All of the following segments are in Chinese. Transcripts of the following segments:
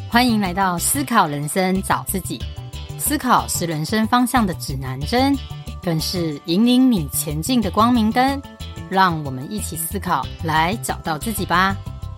欢迎来到思考人生找自己。思考是人生方向的指南针，更是引领你前进的光明灯。让我们一起思考，来找到自己吧。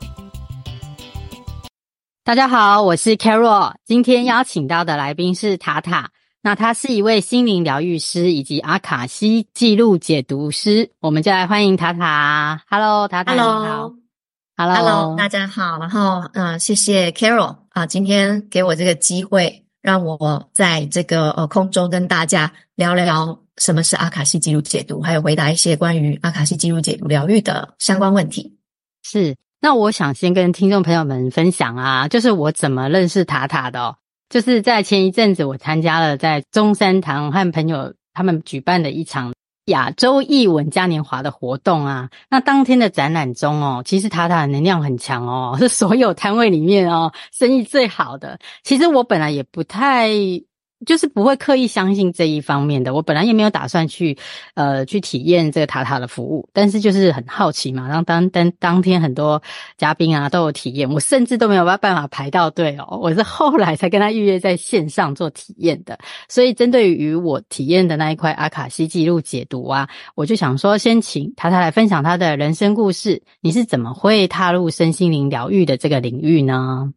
大家好，我是 Carol， 今天邀请到的来宾是塔塔。那他是一位心灵疗愈师以及阿卡西记录解读师，我们就来欢迎塔塔。Hello， 塔塔。Hello， 大家好。然后谢谢 Carol 今天给我这个机会，让我在这个空中跟大家聊聊什么是阿卡西记录解读，还有回答一些关于阿卡西记录解读疗愈的相关问题。 是，那我想先跟听众朋友们分享就是我怎么认识塔塔的就是在前一阵子我参加了在中山堂和朋友他们举办的一场亚洲艺文嘉年华的活动那当天的展览中其实塔塔的能量很强是所有摊位里面生意最好的。其实我本来也不太就是不会刻意相信这一方面的，我本来也没有打算去体验这个塔塔的服务，但是就是很好奇嘛，然后当天很多嘉宾都有体验，我甚至都没有办法排到队我是后来才跟他预约在线上做体验的。所以针对于我体验的那一块阿卡西记录解读我就想说先请塔塔来分享他的人生故事，你是怎么会踏入身心灵疗愈的这个领域呢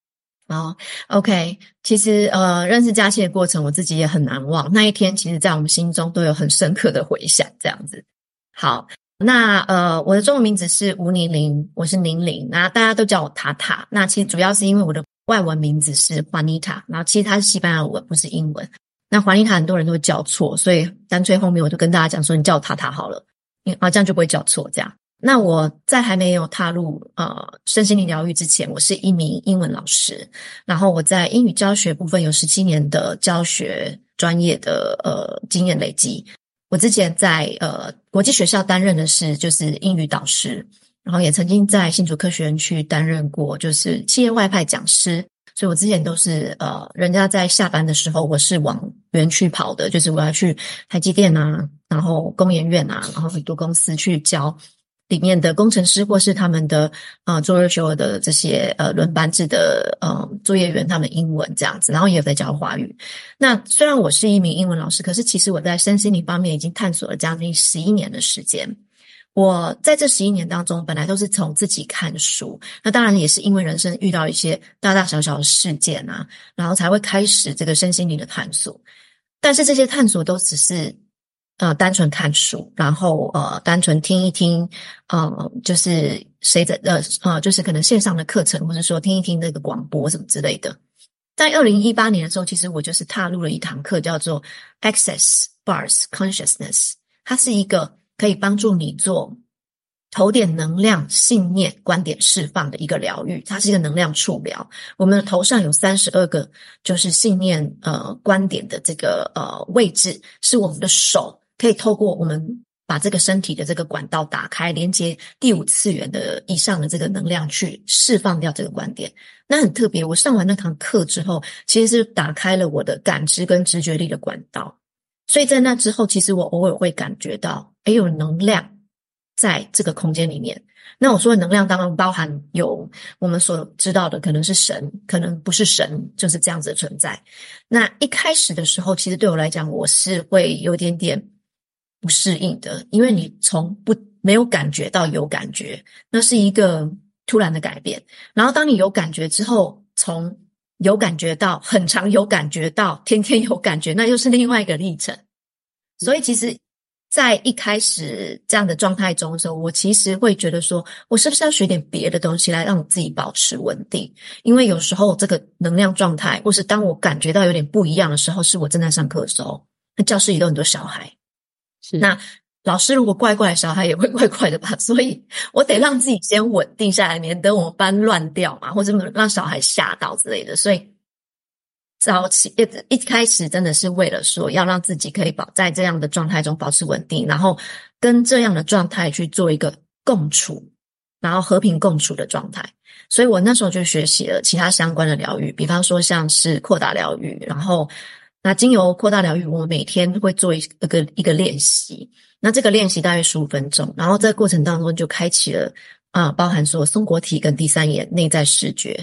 OK， 其实认识嘉熙的过程我自己也很难忘，那一天其实在我们心中都有很深刻的回响这样子。好，那我的中文名字是吴宁玲，我是宁玲，那大家都叫我塔塔。那其实主要是因为我的外文名字是 Juanita， 然后其实它是西班牙文不是英文，那 Juanita 很多人都会叫错，所以干脆后面我就跟大家讲说你叫我塔塔好了，这样就不会叫错这样。那我在还没有踏入身心灵疗愈之前，我是一名英文老师，然后我在英语教学部分有17年的教学专业的经验累积。我之前在国际学校担任的是就是英语导师，然后也曾经在新竹科学园区担任过就是企业外派讲师，所以我之前都是人家在下班的时候我是往园区跑的，就是我要去台积电然后工研院然后很多公司去教里面的工程师或是他们的周日休的这些轮班制的作业员他们英文这样子，然后也有在教华语。那虽然我是一名英文老师，可是其实我在身心灵方面已经探索了将近11年的时间。我在这11年当中本来都是从自己看书，那当然也是因为人生遇到一些大大小小的事件然后才会开始这个身心灵的探索。但是这些探索都只是单纯看书，然后单纯听一听就是谁的就是可能线上的课程，或者说听一听那个广播什么之类的。在2018年的时候，其实我就是踏入了一堂课叫做 Access Bars Consciousness， 它是一个可以帮助你做头点能量信念观点释放的一个疗愈，它是一个能量触疗。我们的头上有32个就是信念观点的这个位置，是我们的手可以透过我们把这个身体的这个管道打开，连接第5次元的以上的这个能量去释放掉这个观点。那很特别，我上完那堂课之后，其实是打开了我的感知跟直觉力的管道。所以在那之后，其实我偶尔会感觉到有能量在这个空间里面。那我说的能量当然包含有我们所知道的可能是神，可能不是神，就是这样子的存在。那一开始的时候，其实对我来讲我是会有点点不适应的，因为你从没有感觉到有感觉，那是一个突然的改变。然后当你有感觉之后，从有感觉到很常有感觉到天天有感觉，那又是另外一个历程。所以其实在一开始这样的状态中的时候，我其实会觉得说我是不是要学点别的东西来让我自己保持稳定。因为有时候这个能量状态或是当我感觉到有点不一样的时候，是我正在上课的时候，那教室里都很多小孩， 是那老师如果怪怪的小孩也会怪怪的吧，所以我得让自己先稳定下来，免得我们班乱掉嘛，或者让小孩吓到之类的。所以早期一开始真的是为了说要让自己可以在这样的状态中保持稳定，然后跟这样的状态去做一个共处，然后和平共处的状态。所以我那时候就学习了其他相关的疗愈，比方说像是扩大疗愈，然后那经由扩大疗愈，我们每天会做一个练习，那这个练习大约15分钟，然后在过程当中就开启了包含说松果体跟第3眼内在视觉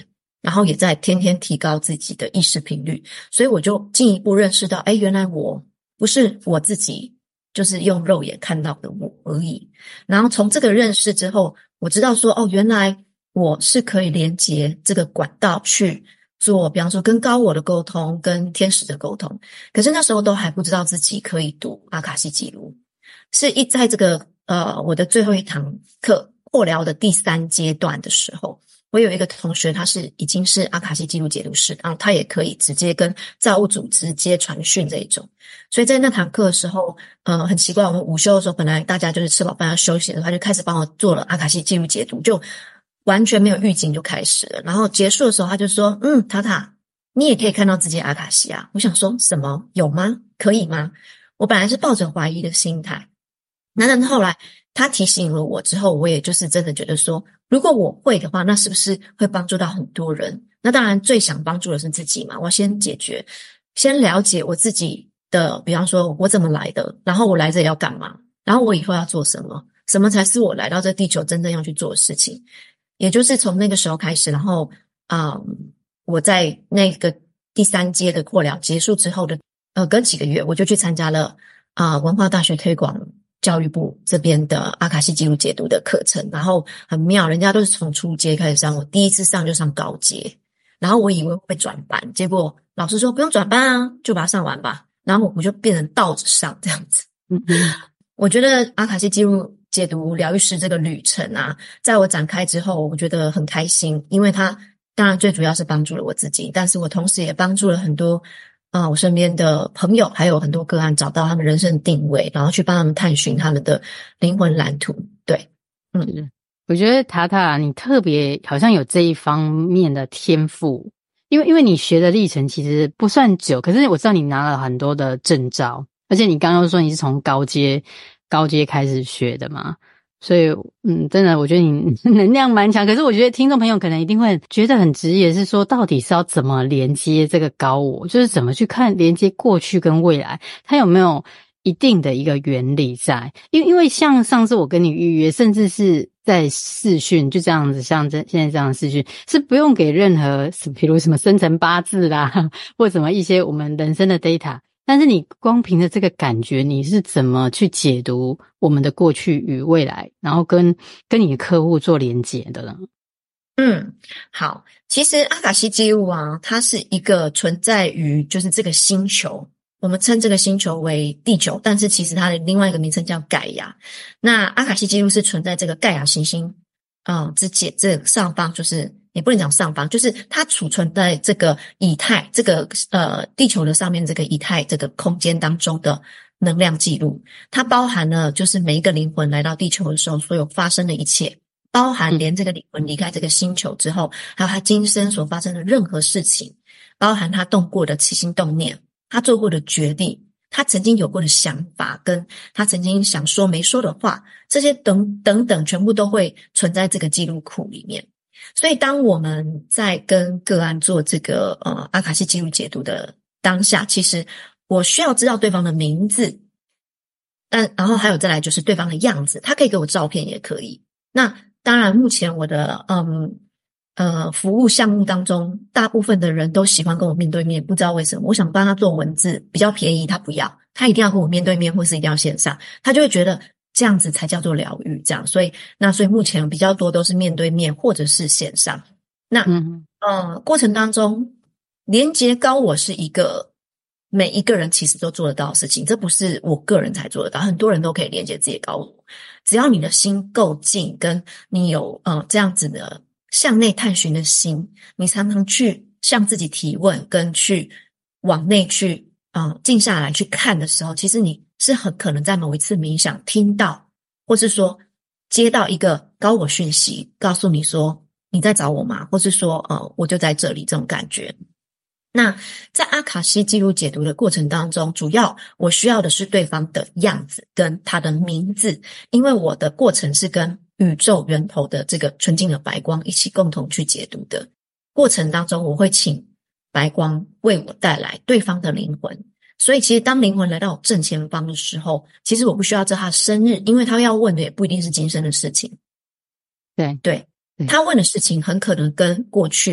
然后也在天天提高自己的意识频率，所以我就进一步认识到，原来我不是我自己就是用肉眼看到的我而已。然后从这个认识之后，我知道说，原来我是可以连接这个管道去做，比方说跟高我的沟通，跟天使的沟通。可是那时候都还不知道自己可以读阿卡西记录，是在这个我的最后一堂课扩疗的第3阶段的时候，我有一个同学，他已经是阿卡西记录解读师，然后他也可以直接跟造物主直接传讯这一种。所以在那堂课的时候，很奇怪，我们午休的时候，本来大家就是吃饱饭要休息的时候，他就开始帮我做了阿卡西记录解读，就完全没有预警就开始了。然后结束的时候，他就说：“塔塔，你也可以看到自己的阿卡西啊。”我想说什么？有吗？可以吗？我本来是抱着怀疑的心态。但后来他提醒了我之后，我也就是真的觉得说，如果我会的话，那是不是会帮助到很多人？那当然最想帮助的是自己嘛，我先了解我自己的，比方说我怎么来的，然后我来这里要干嘛，然后我以后要做什么，什么才是我来到这地球真正要去做的事情。也就是从那个时候开始，然后我在那个第3阶的扩疗结束之后的隔几个月，我就去参加了文化大学推广教育部这边的阿卡西记录解读的课程。然后很妙，人家都是从初阶开始上，我第一次上就上高阶，然后我以为会转班，结果老师说不用转班啊，就把它上完吧，然后我就变成倒着上这样子。我觉得阿卡西记录解读疗愈师这个旅程啊，在我展开之后，我觉得很开心，因为它当然最主要是帮助了我自己，但是我同时也帮助了很多我身边的朋友，还有很多个案找到他们人生的定位，然后去帮他们探寻他们的灵魂蓝图。对， 我觉得塔塔你特别好像有这一方面的天赋，因为你学的历程其实不算久，可是我知道你拿了很多的证照，而且你刚刚说你是从高阶开始学的嘛，所以真的我觉得你能量蛮强。可是我觉得听众朋友可能一定会觉得很质疑，是说到底是要怎么连接这个高我，就是怎么去看连接过去跟未来，它有没有一定的一个原理在。因为像上次我跟你预约，甚至是在视讯就这样子，像现在这样的视讯是不用给任何比如什么生辰八字啦，或什么一些我们人生的 data， 但是你光凭着这个感觉，你是怎么去解读我们的过去与未来，然后跟你的客户做连结的呢？ 好，其实阿卡西记录啊，它是一个存在于就是这个星球，我们称这个星球为地球，但是其实它的另外一个名称叫盖亚。那阿卡西记录是存在这个盖亚行星之间，这个上方，就是也不能讲上方，就是它储存在这个以太，这个地球的上面这个以太这个空间当中的能量记录。它包含了就是每一个灵魂来到地球的时候所有发生的一切，包含连这个灵魂离开这个星球之后，还有他今生所发生的任何事情，包含他动过的起心动念，他做过的决定，他曾经有过的想法，跟他曾经想说没说的话，这些等等全部都会存在这个记录库里面。所以当我们在跟个案做这个阿卡西记录解读的当下，其实我需要知道对方的名字，然后还有再来就是对方的样子，他可以给我照片也可以。那当然目前我的服务项目当中，大部分的人都喜欢跟我面对面，不知道为什么。我想帮他做文字比较便宜，他不要，他一定要跟我面对面，或是一定要线上，他就会觉得这样子才叫做疗愈，这样。所以目前比较多都是面对面或者是线上。那过程当中，连结高我是一个每一个人其实都做得到的事情，这不是我个人才做得到，很多人都可以连接自己的高我。只要你的心够静，跟你有这样子的向内探寻的心，你常常去向自己提问，跟去往内去静下来去看的时候，其实你是很可能在某一次冥想听到，或是说接到一个高我讯息，告诉你说你在找我吗？或是说我就在这里，这种感觉。那在阿卡西记录解读的过程当中，主要我需要的是对方的样子跟他的名字，因为我的过程是跟宇宙源头的这个纯净的白光一起共同去解读的过程当中，我会请白光为我带来对方的灵魂。所以其实当灵魂来到我正前方的时候，其实我不需要知道他的生日，因为他要问的也不一定是今生的事情。对，他问的事情很可能跟过去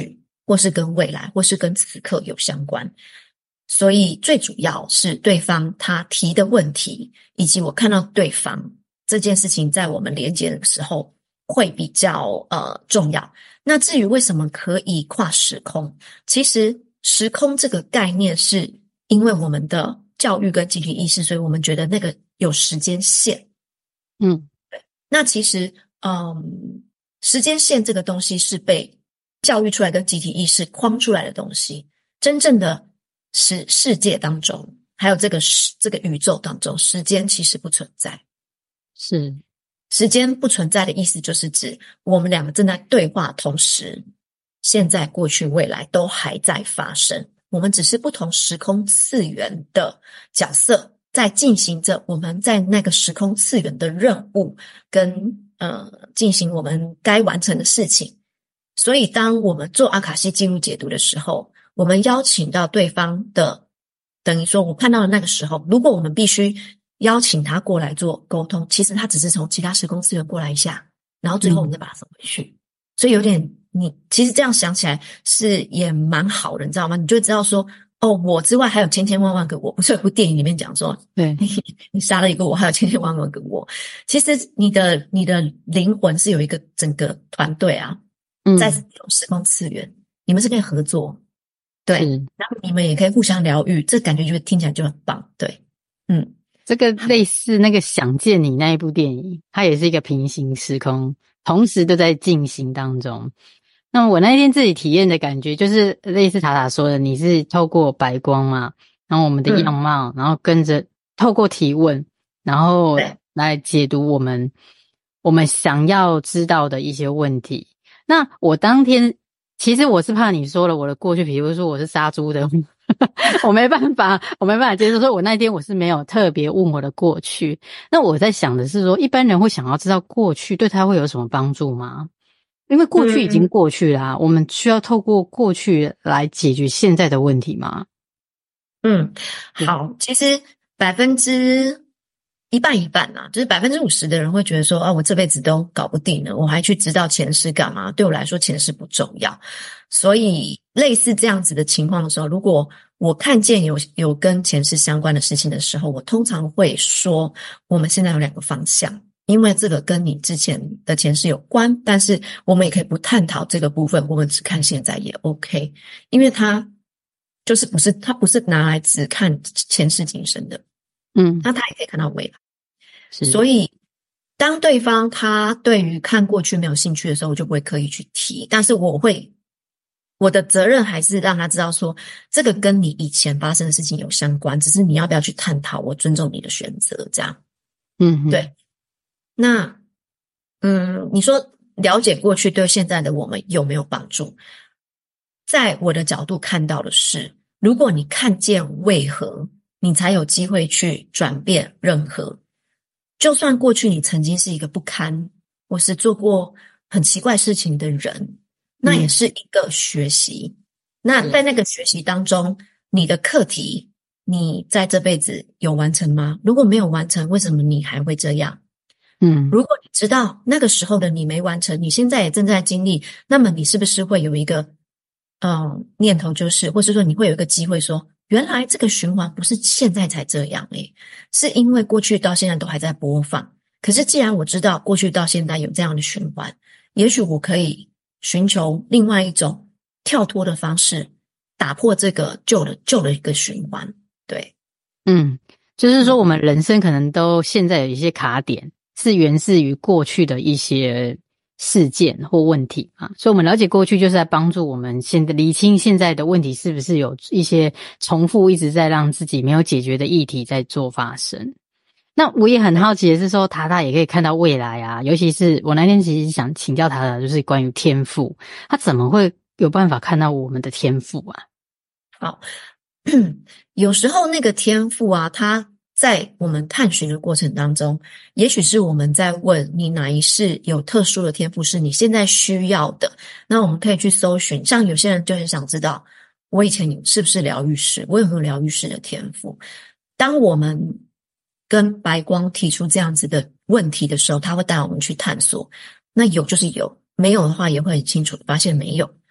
或是跟未来，或是跟此刻有相关。所以最主要是对方他提的问题，以及我看到对方这件事情在我们连接的时候会比较重要。那至于为什么可以跨时空，其实时空这个概念是因为我们的教育跟集体意识，所以我们觉得那个有时间线。对。那其实时间线这个东西是被教育出来跟集体意识框出来的东西，真正的世界当中，还有这个宇宙当中，时间其实不存在。 是， 时间不存在的意思就是指我们两个正在对话，同时现在、过去、未来都还在发生，我们只是不同时空次元的角色在进行着我们在那个时空次元的任务跟进行我们该完成的事情。所以当我们做阿卡西记录解读的时候，我们邀请到对方的，等于说我看到的那个时候，如果我们必须邀请他过来做沟通，其实他只是从其他时空次元过来一下，然后最后我们再把他送回去。所以有点，你其实这样想起来是也蛮好的，你知道吗？你就会知道说，哦，我之外还有千千万万个我。不是有部电影里面讲说， 对， 你杀了一个我，还有千千万万个我。其实你的灵魂是有一个整个团队啊，在这种时空次元，你们是可以合作，对，然后你们也可以互相疗愈，这感觉就听起来就很棒，对， 这个类似那个想见你那一部电影，它也是一个平行时空，同时都在进行当中。那我那天自己体验的感觉就是类似塔塔说的，你是透过白光嘛，然后我们的样貌，然后跟着透过提问，然后来解读我们想要知道的一些问题。那我当天其实我是怕你说了我的过去，比如说我是杀猪的我没办法接受，说我那天我是没有特别问我的过去。那我在想的是说，一般人会想要知道过去对他会有什么帮助吗？因为过去已经过去啦，我们需要透过过去来解决现在的问题吗？ 好，其实一半一半啦，就是50%的人会觉得说，我这辈子都搞不定了，我还去知道前世干嘛？对我来说，前世不重要。所以类似这样子的情况的时候，如果我看见有跟前世相关的事情的时候，我通常会说，我们现在有2个方向，因为这个跟你之前的前世有关，但是我们也可以不探讨这个部分，我们只看现在也 OK， 因为它不是拿来只看前世今生的。那他也可以看到未来。所以当对方他对于看过去没有兴趣的时候，我就不会刻意去提，但是我的责任还是让他知道说，这个跟你以前发生的事情有相关，只是你要不要去探讨，我尊重你的选择，这样。对。那你说了解过去对现在的我们有没有帮助？在我的角度看到的是，如果你看见为何，你才有机会去转变任何。就算过去你曾经是一个不堪或是做过很奇怪事情的人，那也是一个学习。那在那个学习当中，你的课题你在这辈子有完成吗？如果没有完成，为什么你还会这样？如果你知道那个时候的你没完成，你现在也正在经历，那么你是不是会有一个念头，就是或是说你会有一个机会说，原来这个循环不是现在才这样是因为过去到现在都还在播放。可是既然我知道过去到现在有这样的循环，也许我可以寻求另外一种跳脱的方式，打破这个旧的一个循环。对， 就是说我们人生可能都现在有一些卡点，是源自于过去的一些事件或问题啊，所以我们了解过去就是在帮助我们现在厘清现在的问题是不是有一些重复一直在让自己没有解决的议题在做发生。那我也很好奇的是说，塔塔也可以看到未来啊，尤其是我那天其实想请教塔塔，就是关于天赋，他怎么会有办法看到我们的天赋啊？ 好，有时候那个天赋啊，它在我们探寻的过程当中，也许是我们在问你哪一世有特殊的天赋是你现在需要的，那我们可以去搜寻。像有些人就很想知道，我以前是不是疗愈师，我有没有疗愈师的天赋。当我们跟白光提出这样子的问题的时候，他会带我们去探索，那有就是有，没有的话也会很清楚发现没有。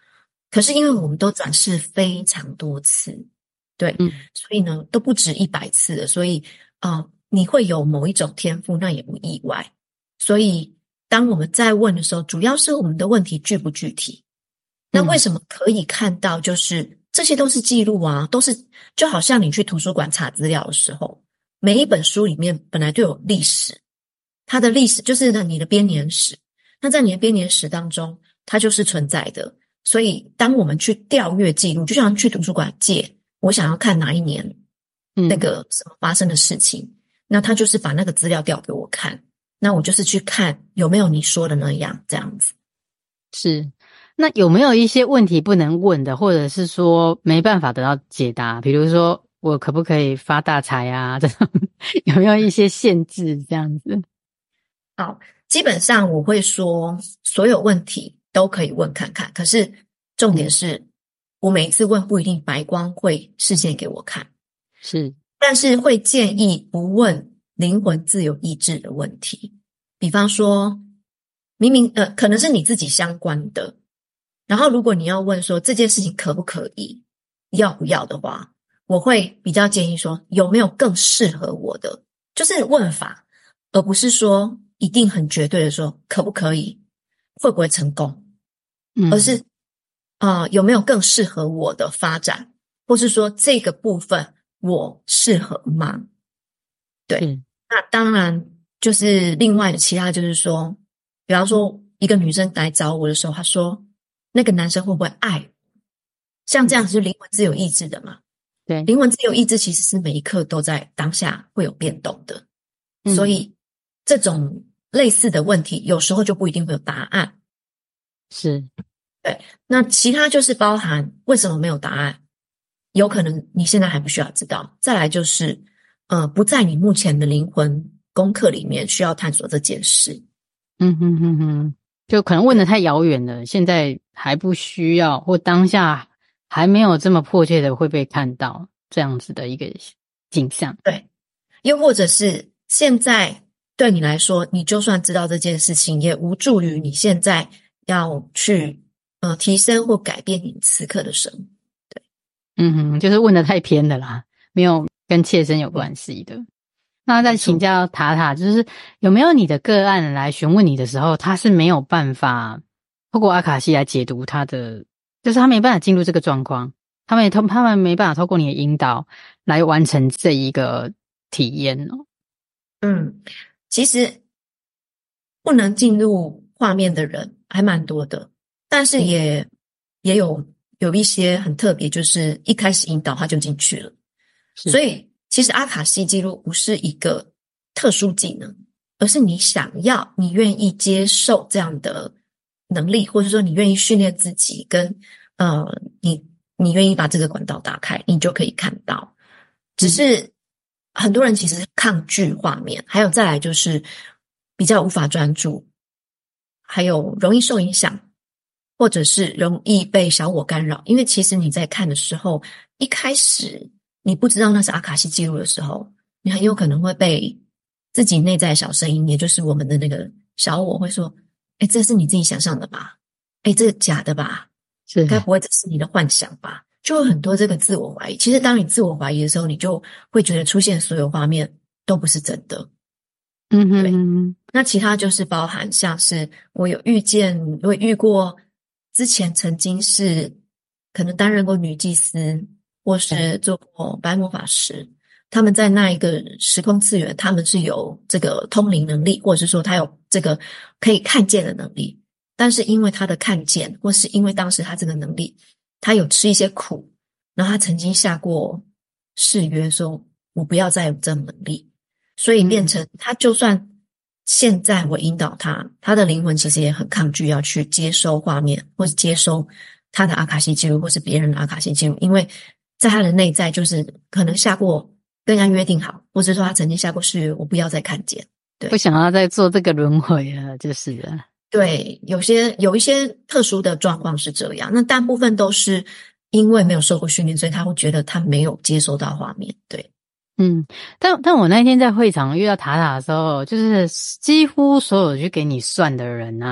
可是因为我们都转世非常多次，对，所以呢都不止100次了，所以你会有某一种天赋，那也不意外。所以当我们在问的时候，主要是我们的问题具不具体。那为什么可以看到，就是这些都是记录啊，都是就好像你去图书馆查资料的时候，每一本书里面本来就有历史，它的历史就是你的编年史，那在你的编年史当中它就是存在的。所以当我们去调阅记录，就像去图书馆借，我想要看哪一年那个什么发生的事情，那他就是把那个资料调给我看，那我就是去看有没有你说的那样，这样子。 是。那有没有一些问题不能问的，或者是说没办法得到解答？比如说我可不可以发大财啊？这种有没有一些限制这样子？ 好，基本上我会说所有问题都可以问看看，可是重点是我每一次问不一定白光会示现给我看， 是， 但是会建议不问灵魂自由意志的问题。比方说明明可能是你自己相关的，然后如果你要问说这件事情可不可以，要不要的话，我会比较建议说有没有更适合我的，就是问法，而不是说一定很绝对的说可不可以，会不会成功，而是有没有更适合我的发展，或是说这个部分我适合吗？对，那当然就是另外的其他就是说，比方说一个女生来找我的时候，她说那个男生会不会爱我？像这样子就灵魂自由意志的嘛。 对， 灵魂自由意志其实是每一刻都在当下会有变动的，所以这种类似的问题有时候就不一定会有答案。 是， 对，那其他就是包含为什么没有答案，有可能你现在还不需要知道。再来就是不在你目前的灵魂功课里面需要探索这件事。 就可能问得太遥远了，现在还不需要，或当下还没有这么迫切的会被看到这样子的一个景象。 对，又或者是现在对你来说，你就算知道这件事情，也无助于你现在要去提升或改变你此刻的生活。对， 就是问得太偏了啦，没有跟切身有关系的。那再请教塔塔，就是有没有你的个案来询问你的时候，他是没有办法透过阿卡西来解读他的，就是他没办法进入这个状况，他们没办法透过你的引导来完成这一个体验哦。 其实不能进入画面的人还蛮多的，但是也有一些很特别，就是一开始引导他就进去了。所以其实阿卡西记录不是一个特殊技能，而是你愿意接受这样的能力，或者说你愿意训练自己，跟你愿意把这个管道打开，你就可以看到。只是很多人其实抗拒画面，还有再来就是比较无法专注，还有容易受影响，或者是容易被小我干扰。因为其实你在看的时候，一开始你不知道那是阿卡西记录的时候，你很有可能会被自己内在小声音，也就是我们的那个小我会说，这是你自己想象的吧？这是假的吧？ 是， 该不会这是你的幻想吧？就会很多这个自我怀疑。其实当你自我怀疑的时候，你就会觉得出现所有画面都不是真的。对。那其他就是包含像是我遇过之前曾经是可能担任过女祭司，或是做过白魔法师，他们在那一个时空次元，他们是有这个通灵能力，或者是说他有这个可以看见的能力，但是因为他的看见，或是因为当时他这个能力，他有吃一些苦，然后他曾经下过誓约说我不要再有这种能力，所以变成他就算现在我引导他的灵魂其实也很抗拒要去接收画面，或是接收他的阿卡西记录，或是别人的阿卡西记录，因为在他的内在就是可能下过跟人家约定好，或者说他曾经下过誓约我不要再看见。对， 不想要再做这个轮回了，就是了。 对，有一些特殊的状况是这样，那大部分都是因为没有受过训练，所以他会觉得他没有接收到画面。对， 但我那天在会场遇到塔塔的时候，就是几乎所有去给你算的人啊，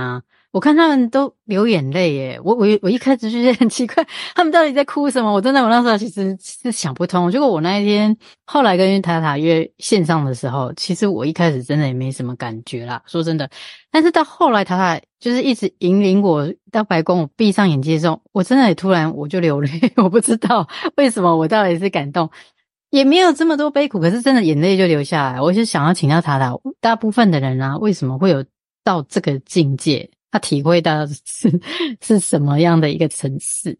我看他们都流眼泪耶，我一开始就觉得很奇怪，他们到底在哭什么？我那时候其实是想不通。结果我那一天后来跟塔塔约线上的时候，其实我一开始真的也没什么感觉啦，说真的。但是到后来塔塔就是一直引领我到白宫，我闭上眼睛的时候，我真的也突然我就流泪，我不知道为什么，我到底是感动。也没有这么多悲苦，可是真的眼泪就流下来。我就想要请教塔塔，大部分的人啊，为什么会有到这个境界？他体会到是什么样的一个层次？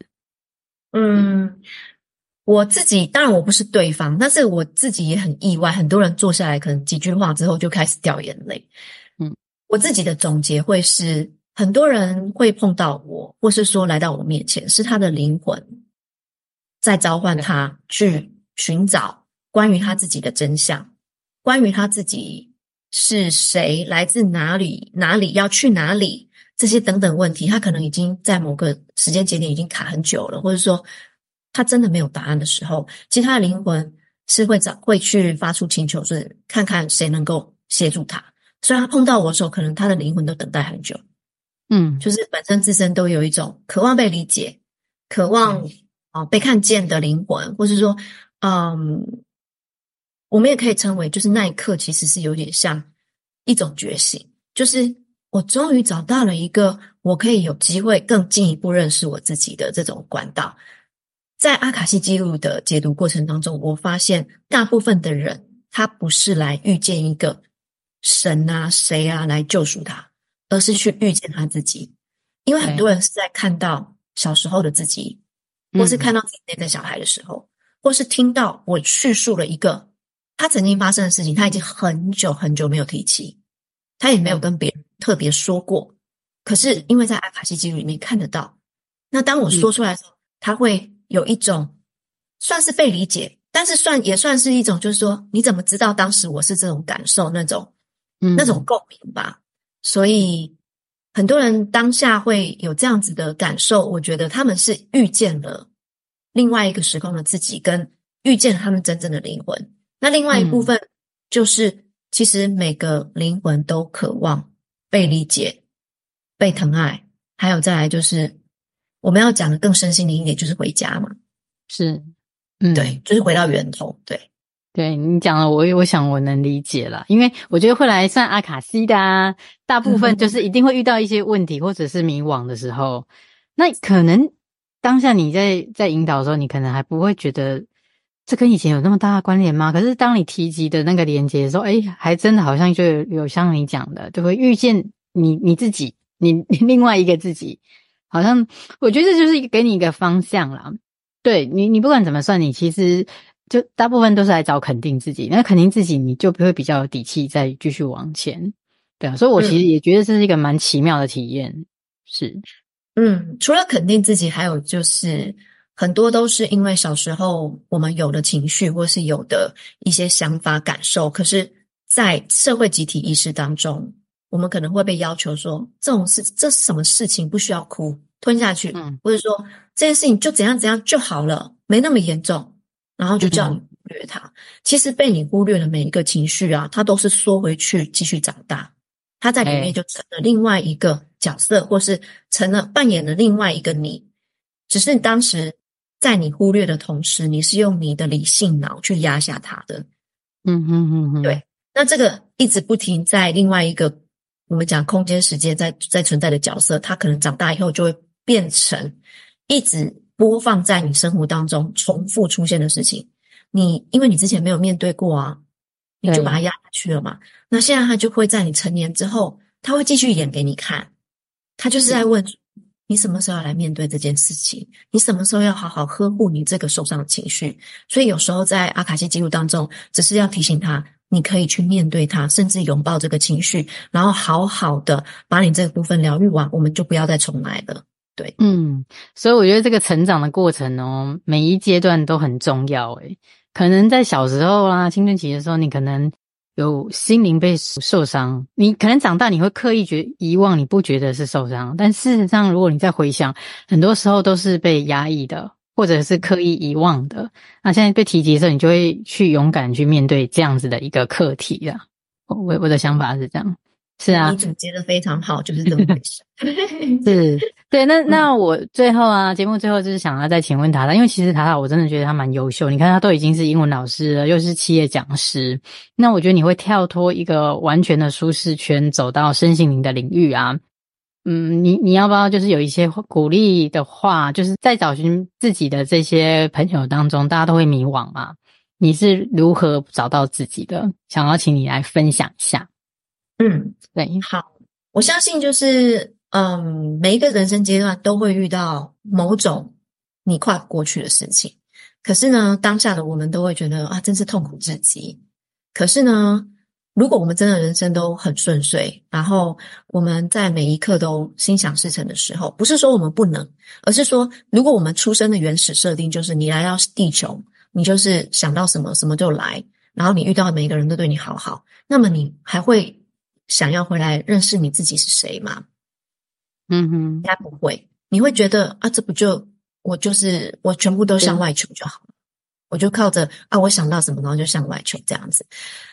我自己当然我不是对方，但是我自己也很意外，很多人坐下来可能几句话之后就开始掉眼泪。我自己的总结会是，很多人会碰到我，或是说来到我面前，是他的灵魂在召唤他去寻找关于他自己的真相，关于他自己是谁，来自哪里，要去哪里，这些等等问题，他可能已经在某个时间节点已经卡很久了，或者说他真的没有答案的时候，其实他的灵魂是会去发出请求，是看看谁能够协助他。所以他碰到我的时候，可能他的灵魂都等待很久。就是本身自身都有一种渴望被理解，渴望被看见的灵魂，或是说我们也可以称为就是那一刻其实是有点像一种觉醒，就是我终于找到了一个我可以有机会更进一步认识我自己的这种管道。在阿卡西记录的解读过程当中，我发现大部分的人他不是来遇见一个神啊谁啊来救赎他，而是去遇见他自己。因为很多人是在看到小时候的自己，或是看到自己内在小孩的时候，或是听到我叙述了一个他曾经发生的事情，他已经很久很久没有提起，他也没有跟别人特别说过，可是因为在阿卡西记录里面看得到，那当我说出来的时候，他会有一种算是被理解，但是也算是一种就是说你怎么知道当时我是这种感受，那种共鸣吧。所以很多人当下会有这样子的感受，我觉得他们是遇见了另外一个时空的自己，跟遇见了他们真正的灵魂。那另外一部分就是其实每个灵魂都渴望被理解，被疼爱，还有再来就是我们要讲的更身心灵一点，就是回家嘛。 是对，就是回到源头。 对你讲了，我想我能理解啦，因为我觉得会来算阿卡西的啊，大部分就是一定会遇到一些问题或者是迷惘的时候，那可能当下你在引导的时候，你可能还不会觉得这跟以前有那么大的关联吗？可是当你提及的那个连结的时候，还真的好像就有像你讲的，就会遇见你自己，你另外一个自己，好像我觉得这就是给你一个方向啦。对你不管怎么算，你其实就大部分都是来找肯定自己，那肯定自己你就会比较有底气再继续往前。对啊，所以我其实也觉得这是一个蛮奇妙的体验。是除了肯定自己，还有就是很多都是因为小时候我们有的情绪或是有的一些想法感受，可是在社会集体意识当中，我们可能会被要求说这是什么事情不需要哭吞下去，或者说这件事情就怎样怎样就好了，没那么严重，然后就叫你忽略它。其实被你忽略的每一个情绪啊，它都是缩回去继续长大，它在里面就成了另外一个角色，或是扮演了另外一个你，只是当时在你忽略的同时，你是用你的理性脑去压下它的。对，那这个一直不停在另外一个我们讲空间时间在存在的角色，它可能长大以后就会变成一直播放在你生活当中重复出现的事情。因为你之前没有面对过啊，你就把它压下去了嘛。那现在它就会在你成年之后，它会继续演给你看。它就是在问你什么时候要来面对这件事情，你什么时候要好好呵护你这个受伤的情绪。所以有时候在阿卡西记录当中，只是要提醒他，你可以去面对它，甚至拥抱这个情绪，然后好好的把你这个部分疗愈完，我们就不要再重来了。对， 所以我觉得这个成长的过程哦，每一阶段都很重要。可能在小时候啦，青春期的时候，你可能有心灵被受伤，你可能长大你会刻意遗忘，你不觉得是受伤，但事实上如果你再回想，很多时候都是被压抑的，或者是刻意遗忘的。那现在被提及的时候，你就会去勇敢去面对这样子的一个课题啦。我的想法是这样。 是啊， 你总结得非常好，就是这么回事。 是，对。那我最后啊，节目最后就是想要再请问塔塔，因为其实塔塔我真的觉得他蛮优秀，你看他都已经是英文老师了，又是企业讲师，那我觉得你会跳脱一个完全的舒适圈，走到身心灵的领域啊。你要不要就是有一些鼓励的话，就是在找寻自己的这些朋友当中，大家都会迷惘嘛，你是如何找到自己的？想要请你来分享一下。对， 好，我相信就是每一个人生阶段都会遇到某种你跨不过去的事情，可是呢，当下的我们都会觉得啊，真是痛苦至极。可是呢，如果我们真的人生都很顺遂，然后我们在每一刻都心想事成的时候，不是说我们不能，而是说，如果我们出生的原始设定就是你来到地球，你就是想到什么什么就来，然后你遇到的每一个人都对你好好，那么你还会想要回来认识你自己是谁吗？应该不会。你会觉得啊，这不就我全部都向外求就好了，我就靠着啊，我想到什么然后就向外求这样子。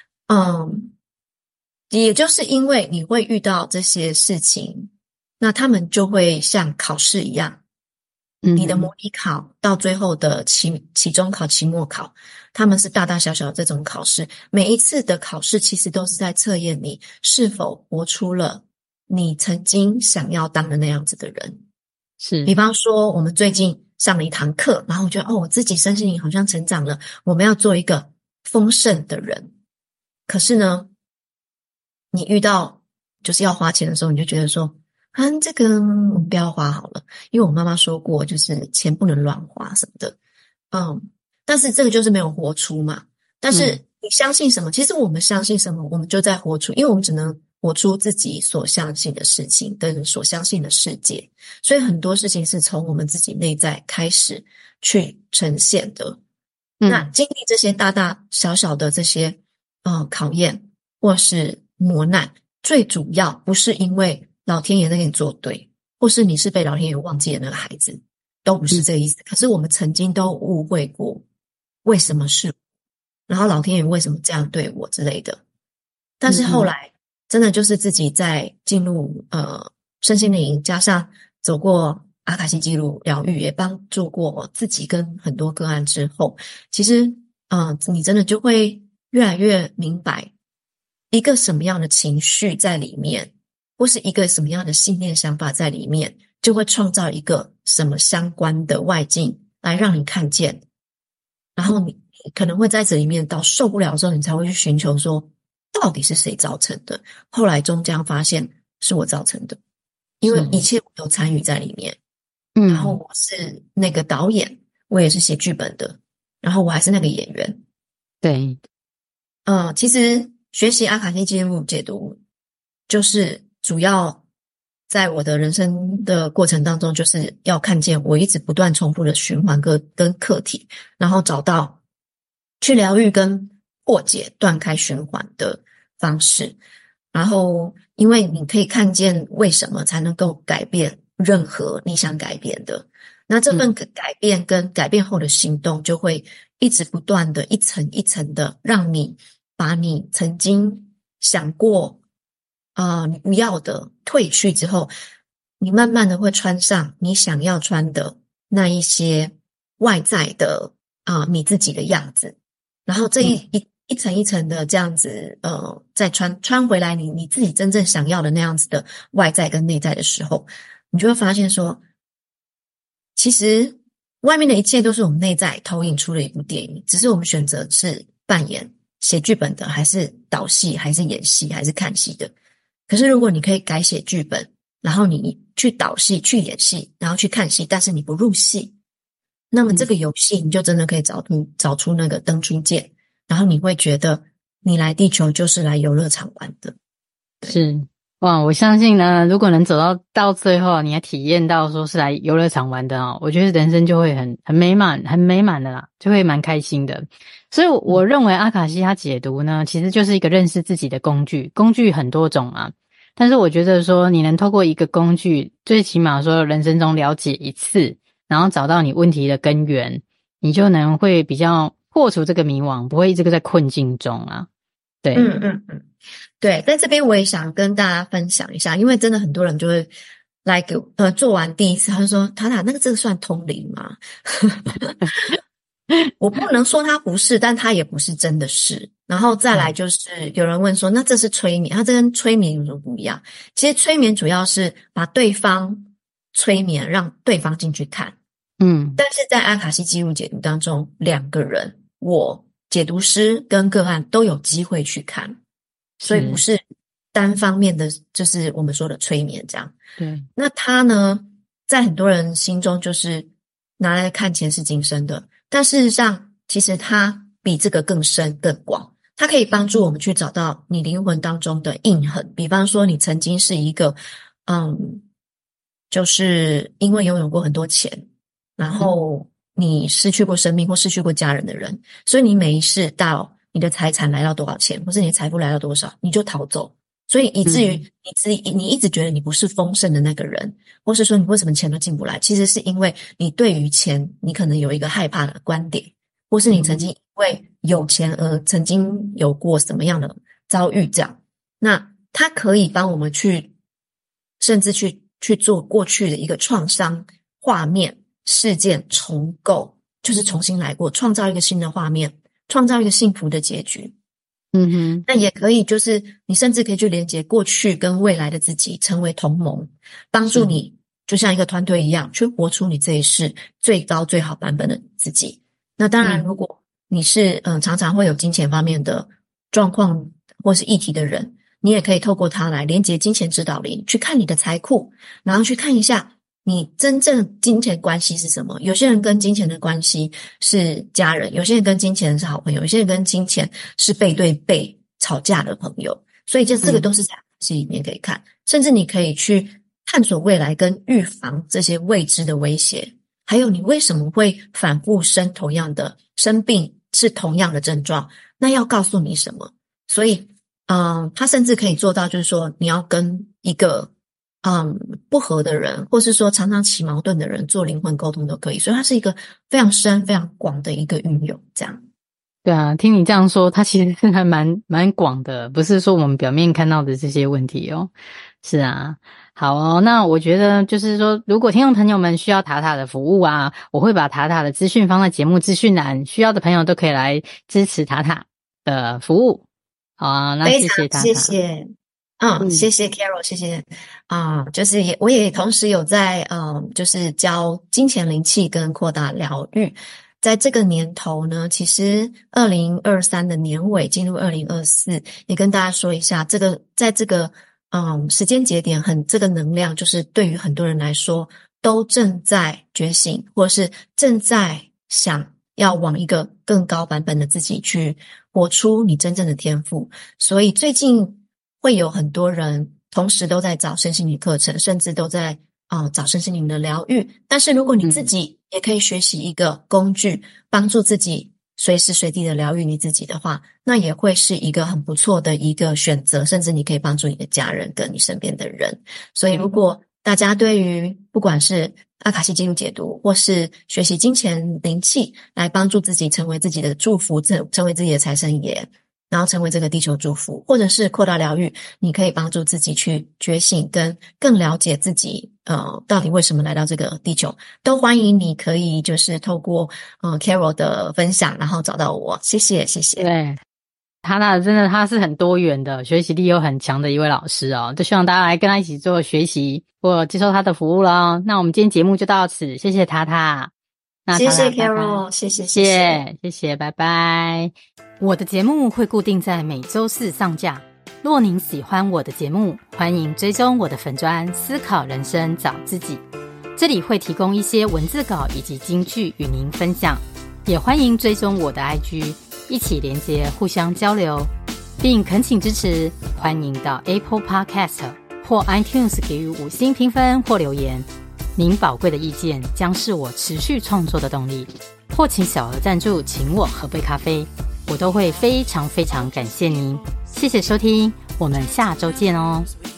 也就是因为你会遇到这些事情，那他们就会像考试一样，你的模拟考到最后的期中考、期末考，他们是大大小小的这种考试，每一次的考试其实都是在测验你是否活出了你曾经想要当的那样子的人。 是， 比方说我们最近上了一堂课，然后我觉得我自己身心灵好像成长了，我们要做一个丰盛的人。可是呢，你遇到就是要花钱的时候，你就觉得说这个我们不要花好了，因为我妈妈说过就是钱不能乱花什么的。但是这个就是没有活出嘛。但是你相信什么，其实我们相信什么我们就在活出，因为我们只能活出自己所相信的事情跟所相信的世界，所以很多事情是从我们自己内在开始去呈现的。那经历这些大大小小的这些考验或是磨难，最主要不是因为老天爷在给你作对，或是你是被老天爷忘记的那个孩子，都不是这个意思。可是我们曾经都误会过为什么是我，然后老天爷为什么这样对我之类的。但是后来真的就是自己在进入身心灵，加上走过阿卡西记录疗愈，也帮助过自己跟很多个案之后，其实你真的就会越来越明白一个什么样的情绪在里面，或是一个什么样的信念想法在里面，就会创造一个什么相关的外境来让你看见，然后你可能会在这里面到受不了的时候，你才会去寻求说到底是谁造成的。后来终将发现是我造成的，因为一切我都参与在里面。然后我是那个导演，我也是写剧本的，然后我还是那个演员。 对， 其实学习阿卡西记录解读，就是主要在我的人生的过程当中，就是要看见我一直不断重复的循环跟课题，然后找到去疗愈跟破解断开循环的方式。然后因为你可以看见为什么才能够改变任何你想改变的，那这份改变跟改变后的行动就会一直不断的一层一层的让你把你曾经想过你不要的褪去之后，你慢慢的会穿上你想要穿的那一些外在的你自己的样子，然后这一层一层的这样子再穿回来你自己真正想要的那样子的外在跟内在的时候，你就会发现说，其实外面的一切都是我们内在投影出的一部电影，只是我们选择是扮演写剧本的，还是导戏，还是演戏，还是看戏的。可是如果你可以改写剧本，然后你去导戏，去演戏，然后去看戏，但是你不入戏，那么这个游戏你就真的可以找出那个灯出键，然后你会觉得你来地球就是来游乐场玩的。 是。哇，我相信呢，如果能走到最后，你还体验到说是来游乐场玩的我觉得人生就会很美满的啦，就会蛮开心的。所以我认为阿卡西它解读呢，其实就是一个认识自己的工具很多种嘛。但是我觉得说你能透过一个工具，最起码说人生中了解一次，然后找到你问题的根源，你就能会比较破除这个迷惘，不会一直在困境中啊。 对， 对，在这边我也想跟大家分享一下，因为真的很多人就会来给做完第一次，他就说塔塔那个这个算通灵吗？我不能说它不是，但它也不是真的是。然后再来就是有人问说，那这是催眠，它这跟催眠有什么不一样？其实催眠主要是把对方催眠，让对方进去看。但是在阿卡西记录解读当中，两个人，我解读师跟个案都有机会去看，所以不是单方面的，就是我们说的催眠这样。 对， 那它呢，在很多人心中就是拿来看前世今生的，但事实上，其实它比这个更深更广。它可以帮助我们去找到你灵魂当中的印痕，比方说你曾经是一个，就是因为拥有过很多钱，然后你失去过生命或失去过家人的人，所以你每一世到你的财产来到多少钱，或是你的财富来到多少，你就逃走。所以以至于你一直觉得你不是丰盛的那个人，或是说你为什么钱都进不来，其实是因为你对于钱你可能有一个害怕的观点，或是你曾经因为有钱而曾经有过什么样的遭遇这样。那它可以帮我们甚至去做过去的一个创伤画面事件重构，就是重新来过，创造一个新的画面，创造一个幸福的结局。那也可以就是你甚至可以去连接过去跟未来的自己，成为同盟，帮助你就像一个团队一样去活出你这一世最高最好版本的自己。那当然如果你是常常会有金钱方面的状况或是议题的人，你也可以透过它来连接金钱指导灵，去看你的财库，然后去看一下你真正金钱关系是什么。有些人跟金钱的关系是家人，有些人跟金钱是好朋友，有些人跟金钱是背对背吵架的朋友。所以这个都是在这里面可以看，甚至你可以去探索未来跟预防这些未知的威胁，还有你为什么会反复生同样的生病，是同样的症状，那要告诉你什么。所以他甚至可以做到就是说你要跟一个不合的人，或是说常常起矛盾的人做灵魂沟通都可以。所以它是一个非常深非常广的一个运用这样。 对啊，听你这样说，它其实是还蛮广的，不是说我们表面看到的这些问题哦。是啊，好哦，那我觉得就是说，如果听众朋友们需要塔塔的服务啊，我会把塔塔的资讯放在节目资讯栏，需要的朋友都可以来支持塔塔的服务。好啊，那谢谢塔塔。 谢谢。谢谢 Carol， 谢谢就是我也同时有在就是教金钱灵气跟扩大疗愈。在这个年头呢，其实2023的年尾进入2024，也跟大家说一下，在这个时间节点这个能量，就是对于很多人来说都正在觉醒，或是正在想要往一个更高版本的自己去活出你真正的天赋。所以最近会有很多人同时都在找身心灵课程，甚至都在找身心灵的疗愈。但是如果你自己也可以学习一个工具，帮助自己随时随地的疗愈你自己的话，那也会是一个很不错的一个选择，甚至你可以帮助你的家人跟你身边的人。所以如果大家对于不管是阿卡西记录解读，或是学习金钱灵气来帮助自己成为自己的祝福，成为自己的财神爷，然后成为这个地球祝福，或者是扩大疗愈，你可以帮助自己去觉醒跟更了解自己到底为什么来到这个地球，都欢迎你可以就是透过Carol 的分享然后找到我。谢谢。 对，塔塔真的他是很多元的，学习力又很强的一位老师哦，就希望大家来跟他一起做学习或接受他的服务咯。那我们今天节目就到此，谢谢塔塔。 谢谢 Carol， 谢谢，拜拜。我的节目会固定在每周四上架。若您喜欢我的节目，欢迎追踪我的粉专思考人生找自己，这里会提供一些文字稿以及金句与您分享，也欢迎追踪我的 IG， 一起连接互相交流，并恳请支持，欢迎到 Apple Podcast 或 iTunes 给予5星评分或留言，您宝贵的意见将是我持续创作的动力，或请小额赞助请我喝杯咖啡，我都会非常非常感谢您。谢谢收听，我们下周见哦。